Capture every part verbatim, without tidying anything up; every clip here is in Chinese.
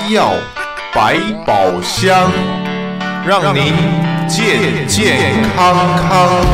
医药百宝箱，让您健健康康。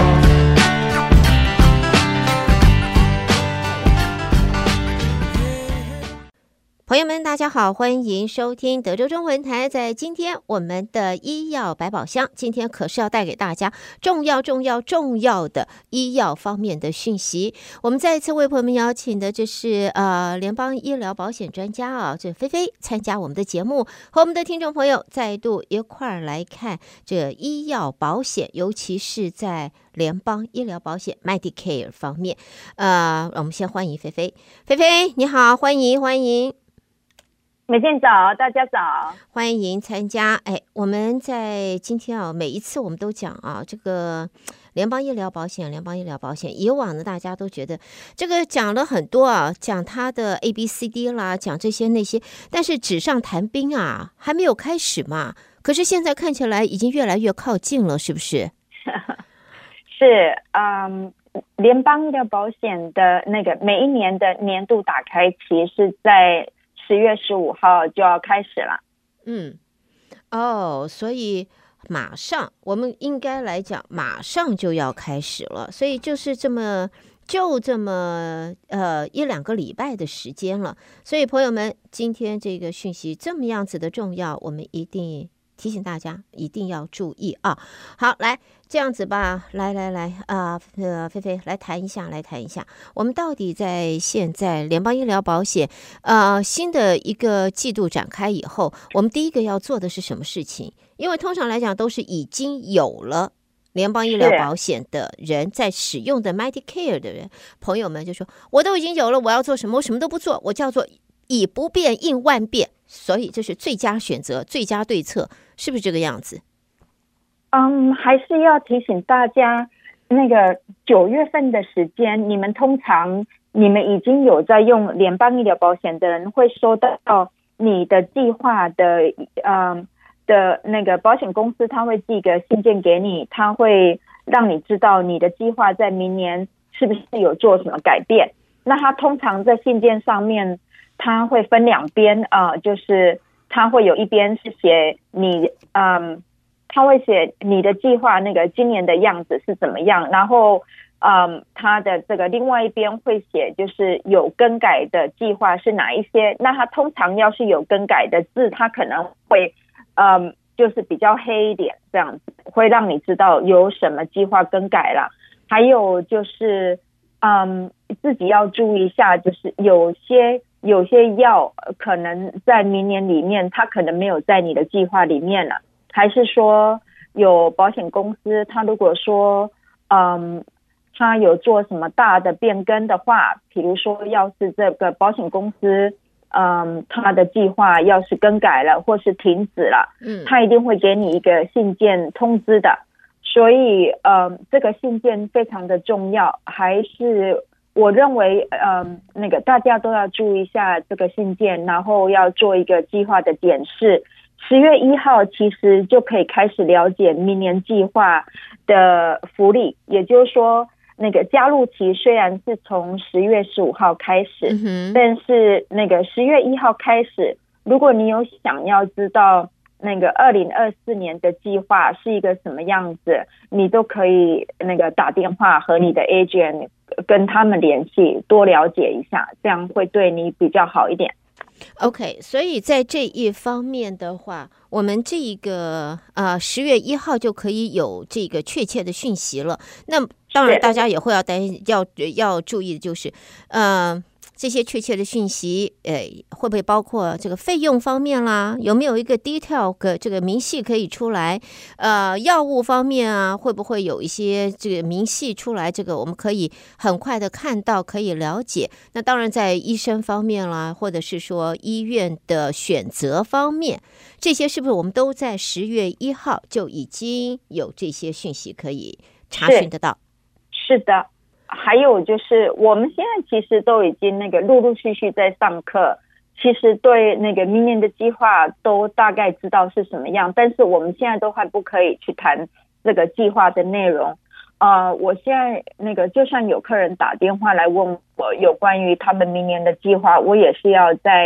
朋友们大家好，欢迎收听德州中文台。在今天我们的医药百宝箱，今天可是要带给大家重要重要重要的医药方面的讯息。我们再一次为朋友们邀请的这是呃联邦医疗保险专家啊，这菲菲参加我们的节目，和我们的听众朋友再度一块儿来看这医药保险，尤其是在联邦医疗保险 Medicare 方面。呃，我们先欢迎菲菲。菲菲你好，欢迎欢迎。 美健早，大家早， 欢迎参加。哎，我们在今天啊，每一次我们都讲啊，这个联邦医疗保险，联邦医疗保险，以往呢大家都觉得这个讲了很多啊，讲它的 A B C D 啦，讲这些那些，但是纸上谈兵啊，还没有开始嘛。可是现在看起来已经越来越靠近了，是不是？ 是，嗯，联邦医疗保险的那个每一年的年度打开期是在十月十五号就要开始了。 嗯，哦，所以马上我们应该来讲，马上就要开始了，所以就是这么就这么呃一两个礼拜的时间了。所以朋友们，今天这个讯息这么样子的重要，我们一定提醒大家一定要注意啊！好，来这样子吧，来来来啊，呃，菲菲来谈一下，来谈一下，我们到底在现在联邦医疗保险呃新的一个季度展开以后，我们第一个要做的是什么事情？因为通常来讲都是已经有了联邦医疗保险的人在使用的 Medicare 的人，朋友们就说我都已经有了，我要做什么？我什么都不做，我叫做以不变应万变，所以这是最佳选择、最佳对策，是不是这个样子？ 嗯，还是要提醒大家，那个九月份的时间，你们通常你们已经有在用联邦医疗保险的人，会收到你的计划的，嗯的那个保险公司，他会寄个信件给你，他会让你知道你的计划在明年是不是有做什么改变。那他通常在信件上面，他会分两边啊、呃，就是他会有一边是写你，嗯。他会写你的计划那个今年的样子是怎么样，然后嗯，他的这个另外一边会写就是有更改的计划是哪一些。那他通常要是有更改的字，他可能会嗯，就是比较黑一点，这样子会让你知道有什么计划更改了。还有就是嗯，自己要注意一下，就是有些有些药可能在明年里面，它可能没有在你的计划里面了。还是说有保险公司他如果说嗯，他有做什么大的变更的话，比如说要是这个保险公司嗯，他的计划要是更改了或是停止了，嗯，他一定会给你一个信件通知的。所以嗯，这个信件非常的重要，还是我认为嗯，那个大家都要注意一下这个信件，然后要做一个计划的检视。十月一号其实就可以开始了解明年计划的福利，也就是说那个加入期虽然是从十月十五号开始、嗯、但是那个十月一号开始，如果你有想要知道那个二零二四年的计划是一个什么样子，你都可以那个打电话和你的 agent 跟他们联系，多了解一下，这样会对你比较好一点。 OK， 所以在这一方面的话，我们这一个呃十月一号就可以有这个确切的讯息了。那当然，大家也会要担心，要要注意的就是，呃，这些确切的讯息，呃，会不会包括这个费用方面啦？有没有一个 detail 的这个明细可以出来？呃，药物方面啊，会不会有一些这个明细出来？这个我们可以很快的看到，可以了解。那当然，在医生方面啦，或者是说医院的选择方面，这些是不是我们都在十月一号就已经有这些讯息可以查询得到？ 是, 是的。还有就是我们现在其实都已经那个陆陆续续在上课，其实对那个明年的计划都大概知道是什么样，但是我们现在都还不可以去谈这个计划的内容。呃，我现在那个就算有客人打电话来问我有关于他们明年的计划，我也是要在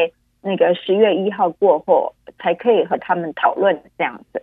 那个十月一号过后才可以和他们讨论这样子。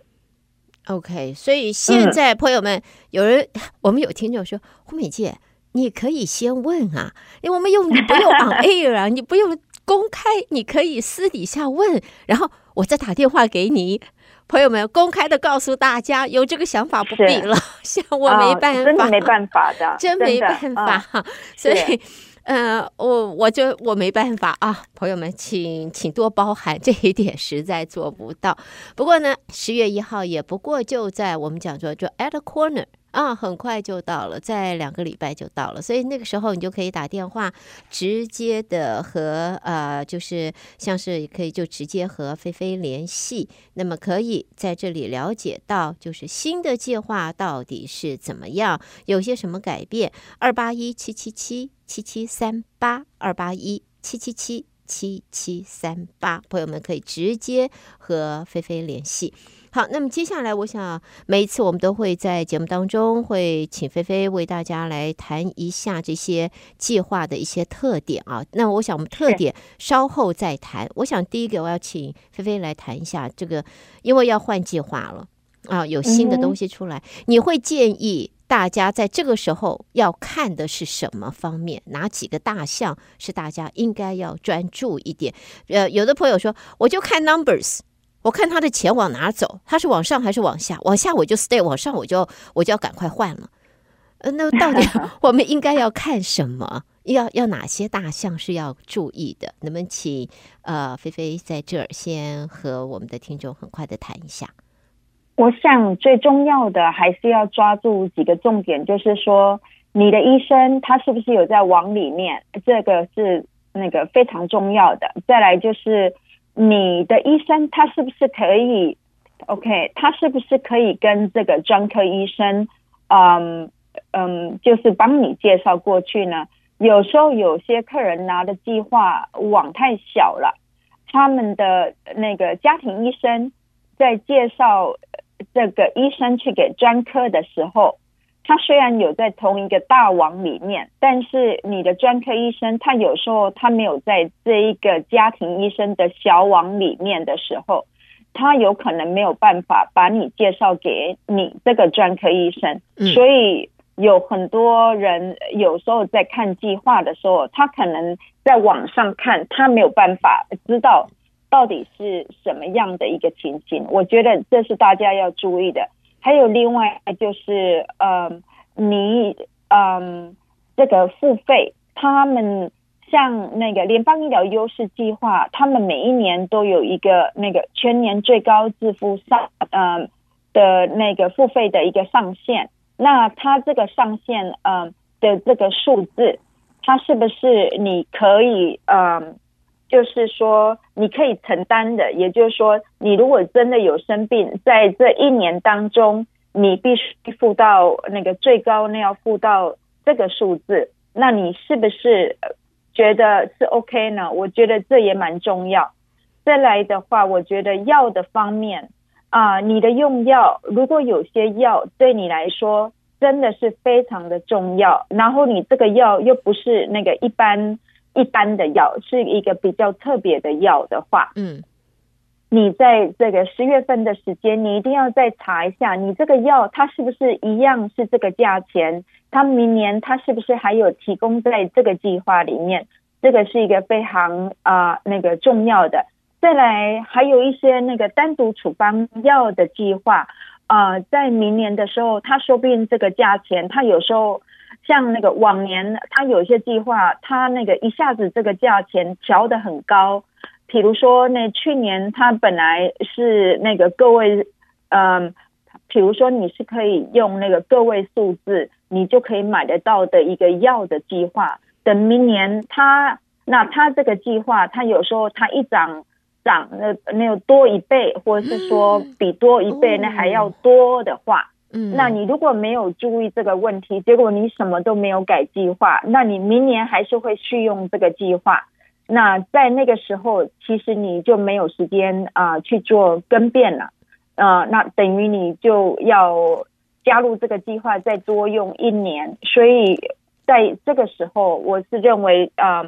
OK， 所以现在朋友们，嗯、有人我们有听众说，胡美姐，你可以先问啊，因为我们用你不用 on air 啊，你不用公开，你可以私底下问，然后我再打电话给你。朋友们，公开的告诉大家，有这个想法不必了，像我没办法， 哦、真的没办法的， 真没办法，嗯、所以。呃，我我就我没办法啊，朋友们，请请多包涵，这一点实在做不到。不过呢，十月一号也不过就在我们讲说就 at a corner 啊，很快就到了，在两个礼拜就到了，所以那个时候你就可以打电话直接的和呃，就是像是可以就直接和菲菲联系，那么可以在这里了解到就是新的计划到底是怎么样，有些什么改变。二八一七七七七七三八二八一七七七七七三八，朋友们可以直接和菲菲联系。好，那么接下来我想每一次我们都会在节目当中会请菲菲为大家来谈一下这些计划的一些特点啊。那我想我们特点稍后再谈。我想第一个我要请菲菲来谈一下这个，因为要换计划了啊，有新的东西出来，嗯、你会建议大家在这个时候要看的是什么方面？哪几个大项是大家应该要专注一点？呃，有的朋友说，我就看 numbers。我看他的钱往哪走，他是往上还是往下？往下我就 stay， 往上我就我就要赶快换了。呃，那到底我们应该要看什么？要要哪些大项是要注意的？能不能请呃菲菲在这儿先和我们的听众很快的谈一下？ 我想最重要的还是要抓住几个重点，就是说你的医生他是不是有在往里面，这个是那个非常重要的。再来就是你的医生他是不是可以 OK 他是不是可以跟这个专科医生嗯嗯就是帮你介绍过去呢？有时候有些客人拿的计划网太小了，他们的那个家庭医生在介绍这个医生去给专科的时候，他虽然有在同一个大网里面，但是你的专科医生他有时候他没有在这一个家庭医生的小网里面的时候，他有可能没有办法把你介绍给你这个专科医生、嗯、所以有很多人有时候在看计划的时候，他可能在网上看，他没有办法知道到底是什么样的一个情形，我觉得这是大家要注意的。还有另外就是呃，你嗯这个付费，他们像那个联邦医疗优势计划，他们每一年都有一个那个全年最高自付上呃的那个付费的一个上限，那它这个上限呃的这个数字，它是不是你可以呃就是说你可以承担的，也就是说你如果真的有生病，在这一年当中你必须付到那个最高那要付到这个数字，那你是不是觉得是 OK 呢？我觉得这也蛮重要。再来的话，我觉得药的方面啊、呃，你的用药如果有些药对你来说真的是非常的重要，然后你这个药又不是那个一般一般的药，是一个比较特别的药的话，嗯，你在这个十月份的时间，你一定要再查一下，你这个药它是不是一样是这个价钱，它明年它是不是还有提供在这个计划里面，这个是一个非常啊、呃、那个重要的。再来还有一些那个单独处方药的计划啊、呃，在明年的时候，它说不定这个价钱，它有时候像那个往年它有些计划，它那个一下子这个价钱调得很高，比如说那去年它本来是那个个位嗯，比如说你是可以用那个个位数字你就可以买得到的一个药的计划，等明年它那它这个计划它有时候它一涨涨那那有多一倍，或者是说比多一倍那还要多的话，嗯，那你如果没有注意这个问题，结果你什么都没有改计划，那你明年还是会续用这个计划，那在那个时候其实你就没有时间啊、呃、去做更变了，呃，那等于你就要加入这个计划再多用一年，所以在这个时候我是认为呃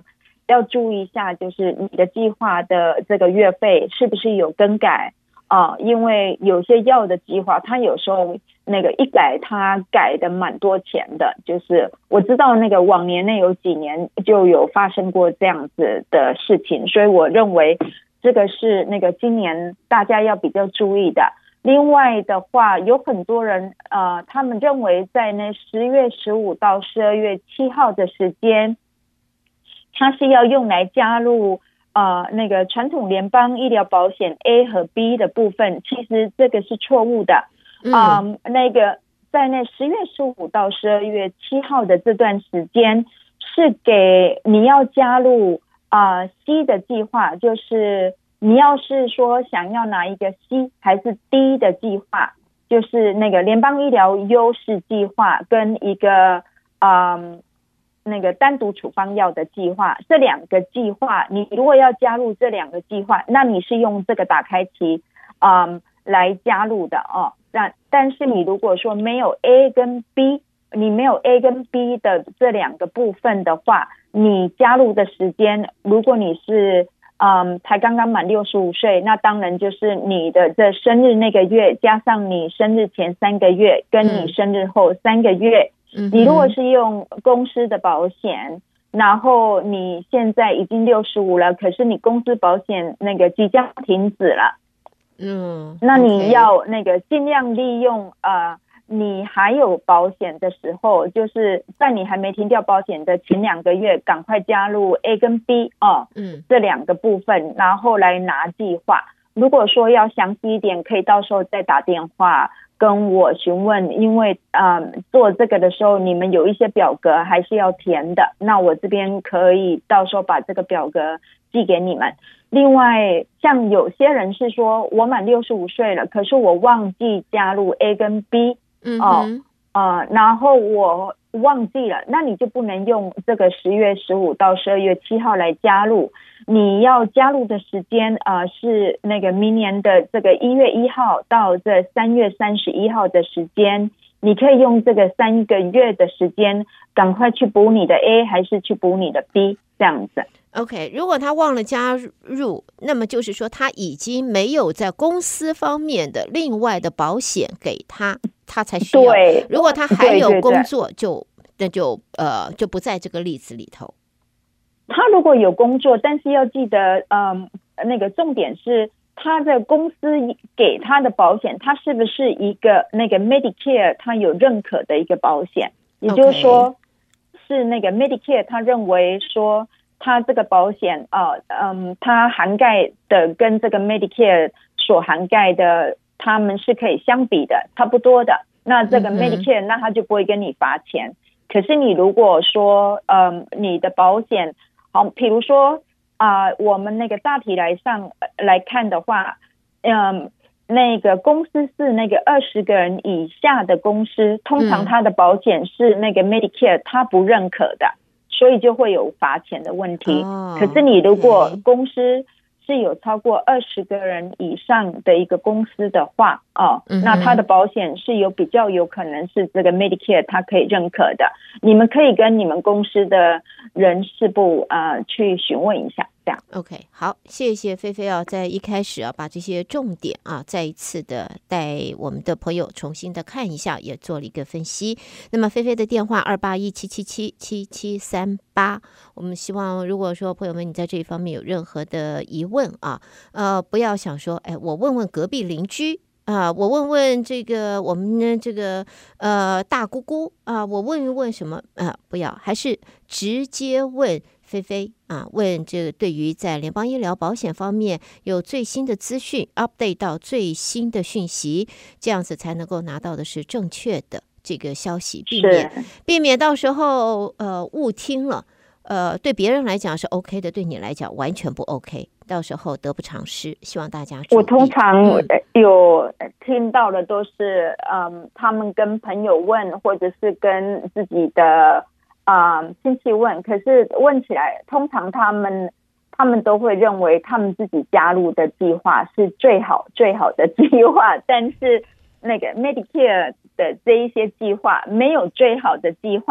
要注意一下，就是你的计划的这个月费是不是有更改啊、呃？因为有些药的计划，它有时候那个一改，它改的蛮多钱的。就是我知道那个往年内有几年就有发生过这样子的事情，所以我认为这个是那个今年大家要比较注意的。另外的话，有很多人呃，他们认为在那十月十五到十二月七号的时间，它是要用来加入呃那个传统联邦医疗保险 A 和 B 的部分，其实这个是错误的。啊、嗯呃，那个在那十月十五到十二月七号的这段时间，是给你要加入啊、呃、C 的计划，就是你要是说想要拿一个 C 还是 D 的计划，就是那个联邦医疗优势计划跟一个嗯那个单独处方药的计划，这两个计划你如果要加入这两个计划，那你是用这个打开期嗯来加入的哦。但但是你如果说没有 A 跟 B， 你没有 A 跟 B 的这两个部分的话，你加入的时间，如果你是嗯，才刚刚满六十五岁，那当然就是你的这生日那个月加上你生日前三个月跟你生日后三个月、嗯、你如果是用公司的保险，然后你现在已经六十五了，可是你公司保险那个即将停止了， 嗯， 那你要那个尽量利用呃你还有保险的时候，就是在你还没停掉保险的前两个月，赶快加入 A 跟 B 哦，嗯，这两个部分，然后来拿计划。如果说要详细一点，可以到时候再打电话跟我询问，因为呃做这个的时候，你们有一些表格还是要填的，那我这边可以到时候把这个表格寄给你们。另外，像有些人是说我满六十五岁了，可是我忘记加入 A 跟 B。 嗯哦，呃，然后我忘记了，那你就不能用这个十月十五到十二月七号来加入，你要加入的时间呃是那个明年的这个一月一号到这三月三十一号的时间，你可以用这个三个月的时间，赶快去补你的 A 还是去补你的 B 这样子。 OK， 如果他忘了加入，那么就是说他已经没有在公司方面的另外的保险给他，他才需要。 对， 如果他还有工作，就那就呃就不在这个例子里头。 他如果有工作，但是要记得，嗯，那个重点是他的公司给他的保险，他是不是一个那个 Medicare 他有认可的一个保险？也就是说， okay. 是那个 Medicare 他认为说。它这个保险呃嗯，它涵盖的跟这个 Medicare 所涵盖的，他们是可以相比的，差不多的。那这个 Medicare、嗯、那他就不会跟你罚钱。可是你如果说嗯，你的保险好，比如说啊、呃，我们那个大体来上来看的话，嗯，那个公司是那个二十个人以下的公司，通常它的保险是那个 Medicare 它不认可的。所以就会有罚钱的问题、哦、可是你如果公司是有超过二十个人以上的一个公司的话哦，嗯、那它的保险是有比较有可能是这个 Medicare 它可以认可的，你们可以跟你们公司的人事部呃去询问一下这样。 OK， 好，谢谢菲菲啊，在一开始啊把这些重点啊再一次的带我们的朋友重新的看一下，也做了一个分析。那么菲菲的电话二八一七七七七七三八，我们希望如果说朋友们你在这一方面有任何的疑问啊，呃，不要想说，哎，我问问隔壁邻居啊、呃，我问问这个我们的这个呃大姑姑啊、呃，我问一问什么啊、呃，不要，还是直接问菲菲啊，问这个对于在联邦医疗保险方面有最新的资讯 ，update 到最新的讯息，这样子才能够拿到的是正确的这个消息，避免避免到时候呃误听了。呃，对别人来讲是 OK 的，对你来讲完全不 OK， 到时候得不偿失。希望大家注意。 我通常有听到的都是，嗯，他们跟朋友问，或者是跟自己的啊、嗯、亲戚问，可是问起来，通常他们他们都会认为他们自己加入的计划是最好最好的计划，但是那个 Medicare 的这一些计划没有最好的计划。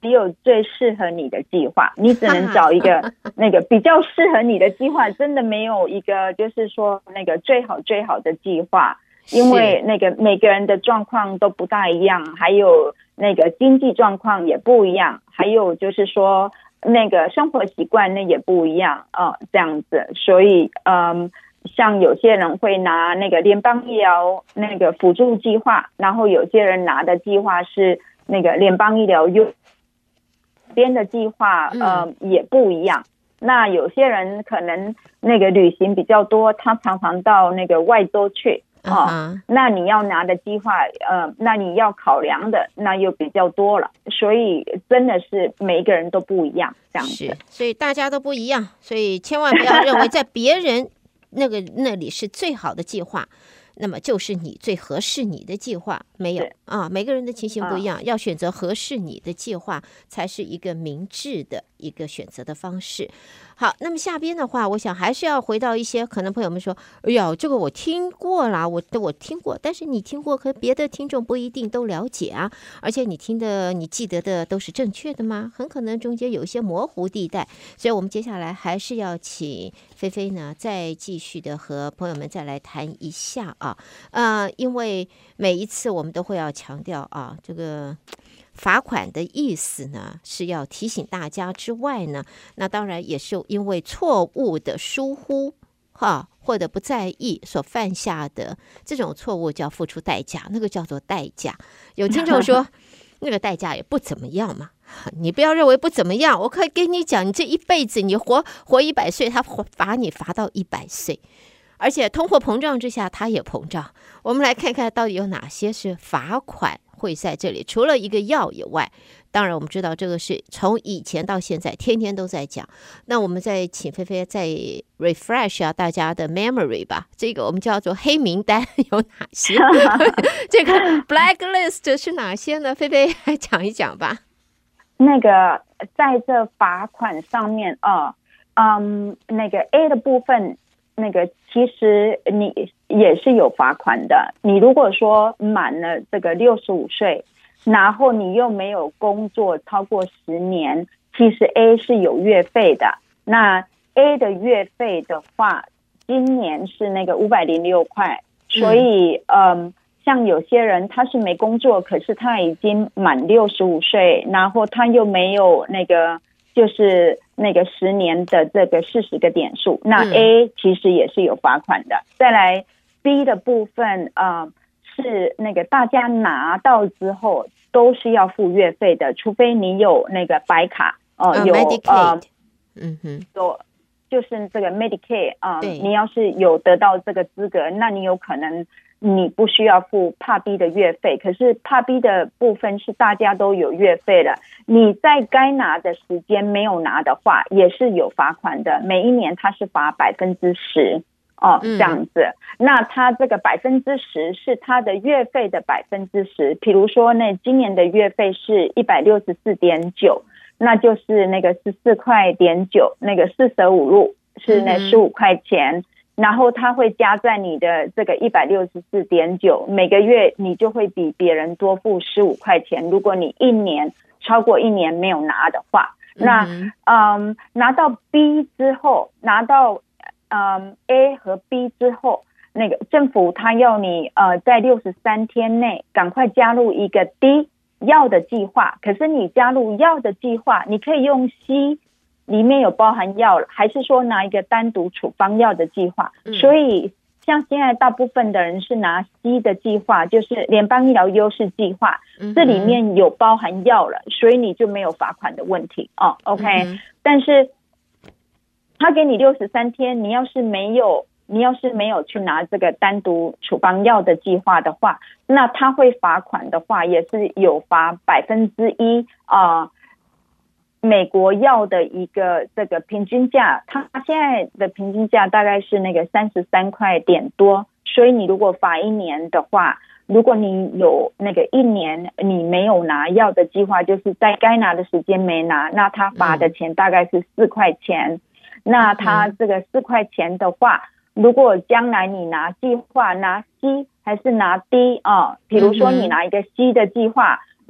没有最适合你的计划，你只能找一个那个比较适合你的计划，真的没有一个就是说那个最好最好的计划，因为那个每个人的状况都不大一样，还有那个经济状况也不一样，还有就是说那个生活习惯那也不一样啊、呃，这样子，所以嗯。像有些人会拿那个联邦医疗那个辅助计划，然后有些人拿的计划是那个联邦医疗优边的计划，呃，也不一样。那有些人可能那个旅行比较多，他常常到那个外州去啊、呃，那你要拿的计划，呃，那你要考量的那又比较多了，所以真的是每一个人都不一样，这样子。 是，所以大家都不一样，所以千万不要认为在别人那个那里是最好的计划，那么就是你最合适你的计划。没有啊，每个人的情形不一样，要选择合适你的计划才是一个明智的一个选择的方式。好，那么下边的话，我想还是要回到一些可能朋友们说，哎呀，这个我听过啦，我我听过，但是你听过，可别的听众不一定都了解啊。而且你听的、你记得的都是正确的吗？很可能中间有一些模糊地带。所以我们接下来还是要请菲菲呢，再继续的和朋友们再来谈一下啊，呃，因为每一次我们都会要强调啊，这个罚款的意思呢，是要提醒大家之外呢，那当然也是因为错误的疏忽哈，或者不在意所犯下的这种错误，就要付出代价，那个叫做代价。有听众说，那个代价也不怎么样嘛。你不要认为不怎么样，我可以跟你讲，你这一辈子你活活一百岁，他罚你罚到一百岁。而且通货膨胀之下，它也膨胀。我们来看看到底有哪些是罚款会在这里。除了一个药以外，当然我们知道这个是从以前到现在天天都在讲。那我们再请菲菲再 refresh 啊大家的 memory 吧。这个我们叫做黑名单有哪些？这个 blacklist 是哪些呢？菲菲来讲一讲吧。 那个在这罚款上面啊，嗯，那个 A 的部分。那个其实你也是有罚款的，你如果说满了这个六十五岁，然后你又没有工作超过十年，其实 A 是有月费的。那 A 的月费的话，今年是那个五百零六块，所以嗯。嗯像有些人他是没工作，可是他已经满六十五岁，然后他又没有那个就是那个十年的这个四十个点数，那 A 其实也是有罚款的。嗯、再来 B 的部分，呃，是那个大家拿到之后都是要付月费的，除非你有那个白卡，呃， 呃有呃，嗯哼， 有就是这个 Medicaid 啊、呃，你要是有得到这个资格，那你有可能。你不需要付 Part B 的月费，可是 Part B 的部分是大家都有月费了，你在该拿的时间没有拿的话，也是有罚款的。每一年它是罚百分之十哦，这样子。嗯、那它这个百分之十是它的月费的百分之十，比如说那今年的月费是一百六十四点九，那就是那个十四块点九，那个四舍五入是那十五块钱。嗯然后它会加在你的这个一百六十四点九，每个月你就会比别人多付十五块钱。如果你一年超过一年没有拿的话，那嗯拿到 B 之后，拿到嗯 A 和 B 之后，那个政府他要你呃在六十三天内赶快加入一个 D 药的计划。可是你加入药的计划，你可以用 C。里面有包含药，还是说拿一个单独处方药的计划、嗯、所以像现在大部分的人是拿 C 的计划，就是联邦医疗优势计划、嗯、这里面有包含药了，所以你就没有罚款的问题哦 OK、嗯、但是他给你六十三天，你要是没有你要是没有去拿这个单独处方药的计划的话，那他会罚款的话也是有罚百分之一啊美国药的一个这个平均价，它现在的平均价大概是那个三十三块点多，所以你如果罚一年的话，如果你有那个一年你没有拿药的计划，就是在该拿的时间没拿，那他罚的钱大概是四块钱、嗯、那他这个四块钱的话，如果将来你拿计划拿 C 还是拿 D 啊、哦，比如说你拿一个 C 的计划，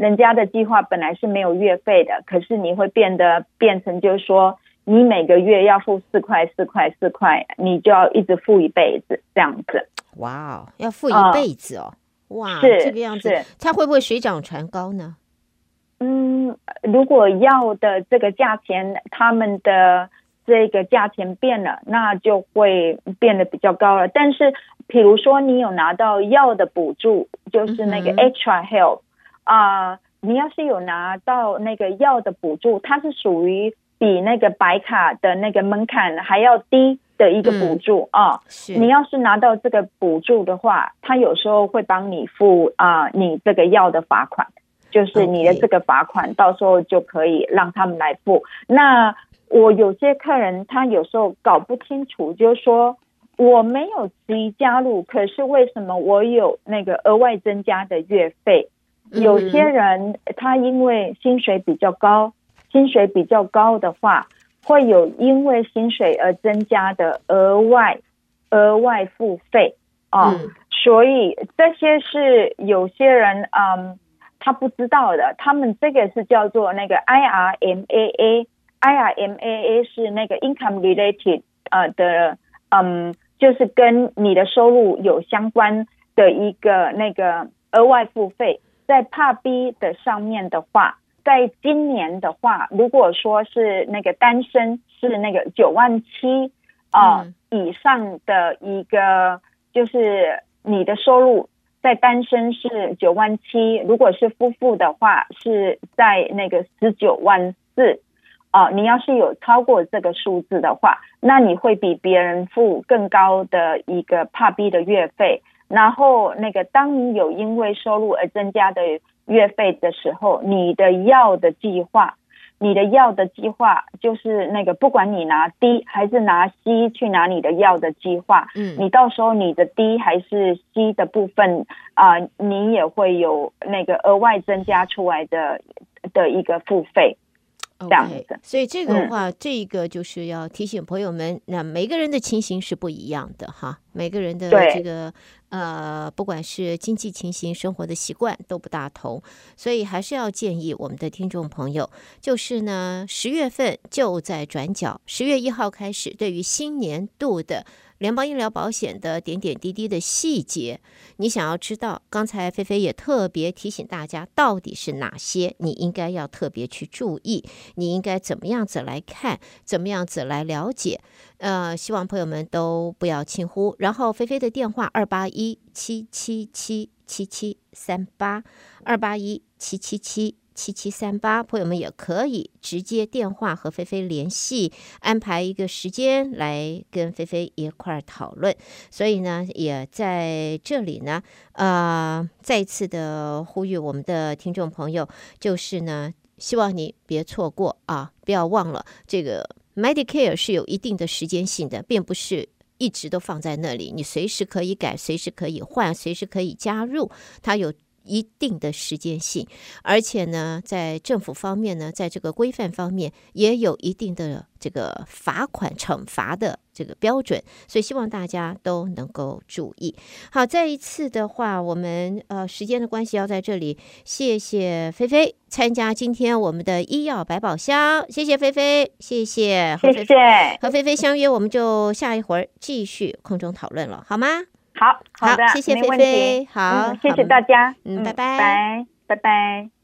人家的计划本来是没有月费的，可是你会变得变成就是说你每个月要付四块四块四块，你就要一直付一辈子这样子。 哇哦，要付一辈子哦，嗯、哇， 是这个样子，它会不会水涨船高呢？ 嗯，如果药的这个价钱，他们的这个价钱变了，那就会变得比较高了。但是，比如说你有拿到药的补助，就是那个 extra help 啊、嗯呃，你要是有拿到那个药的补助，它是属于比那个白卡的那个门槛还要低的一个补助啊、嗯。你要是拿到这个补助的话，它有时候会帮你付啊、呃，你这个药的罚款。就是你的这个罚款，到时候就可以让他们来付。那我有些客人他有时候搞不清楚，就是说我没有急加入，可是为什么我有那个额外增加的月费？有些人他因为薪水比较高，薪水比较高的话，会有因为薪水而增加的额外额外付费啊、嗯，所以这些是有些人嗯。他不知道的，他们这个是叫做那个 I R M A A，I R M A A 是那个 income related 呃的，嗯，就是跟你的收入有相关的一个那个额外付费。在 Part B 的上面的话，在今年的话，如果说是那个单身是那个九万七啊以上的一个，就是你的收入。在单身是九万七，如果是夫妇的话是在那个十九万四啊。你要是有超过这个数字的话，那你会比别人付更高的一个 Part B 的月费。然后那个当你有因为收入而增加的月费的时候，你的药的计划。你的药的计划就是那个，不管你拿 D 还是拿 C 去拿你的药的计划，嗯，你到时候你的 D 还是 C 的部分啊、呃，你也会有那个额外增加出来的的一个付费。这样子， okay, 所以这个的话、嗯，这个就是要提醒朋友们，那每个人的情形是不一样的哈，每个人的这个呃，不管是经济情形、生活的习惯都不大同，所以还是要建议我们的听众朋友，就是呢，十月份就在转角，十月一号开始，对于新年度的联邦医疗保险的点点滴滴的细节，你想要知道，刚才菲菲也特别提醒大家，到底是哪些你应该要特别去注意，你应该怎么样子来看，怎么样子来了解，呃，希望朋友们都不要轻忽。然后菲菲的电话二八一七七七七七三八，二八一七七七七七三八，朋友们也可以直接电话和菲菲联系，安排一个时间来跟菲菲一块儿讨论。所以呢，也在这里呢，呃，再一次的呼吁我们的听众朋友，就是呢，希望你别错过啊，不要忘了这个 Medicare 是有一定的时间性的，并不是一直都放在那里，你随时可以改，随时可以换，随时可以加入，它有一定的时间性，而且呢，在政府方面呢，在这个规范方面也有一定的这个罚款惩罚的这个标准，所以希望大家都能够注意。好，再一次的话，我们呃时间的关系要在这里，谢谢菲菲参加今天我们的医药百宝箱，谢谢菲菲，谢谢， 谢谢， 和菲菲相约，我们就下一会儿继续空中讨论了，好吗？ 好，好的， 好，谢谢菲菲，好、 嗯，谢谢大家， 嗯，拜拜， 拜拜，拜拜。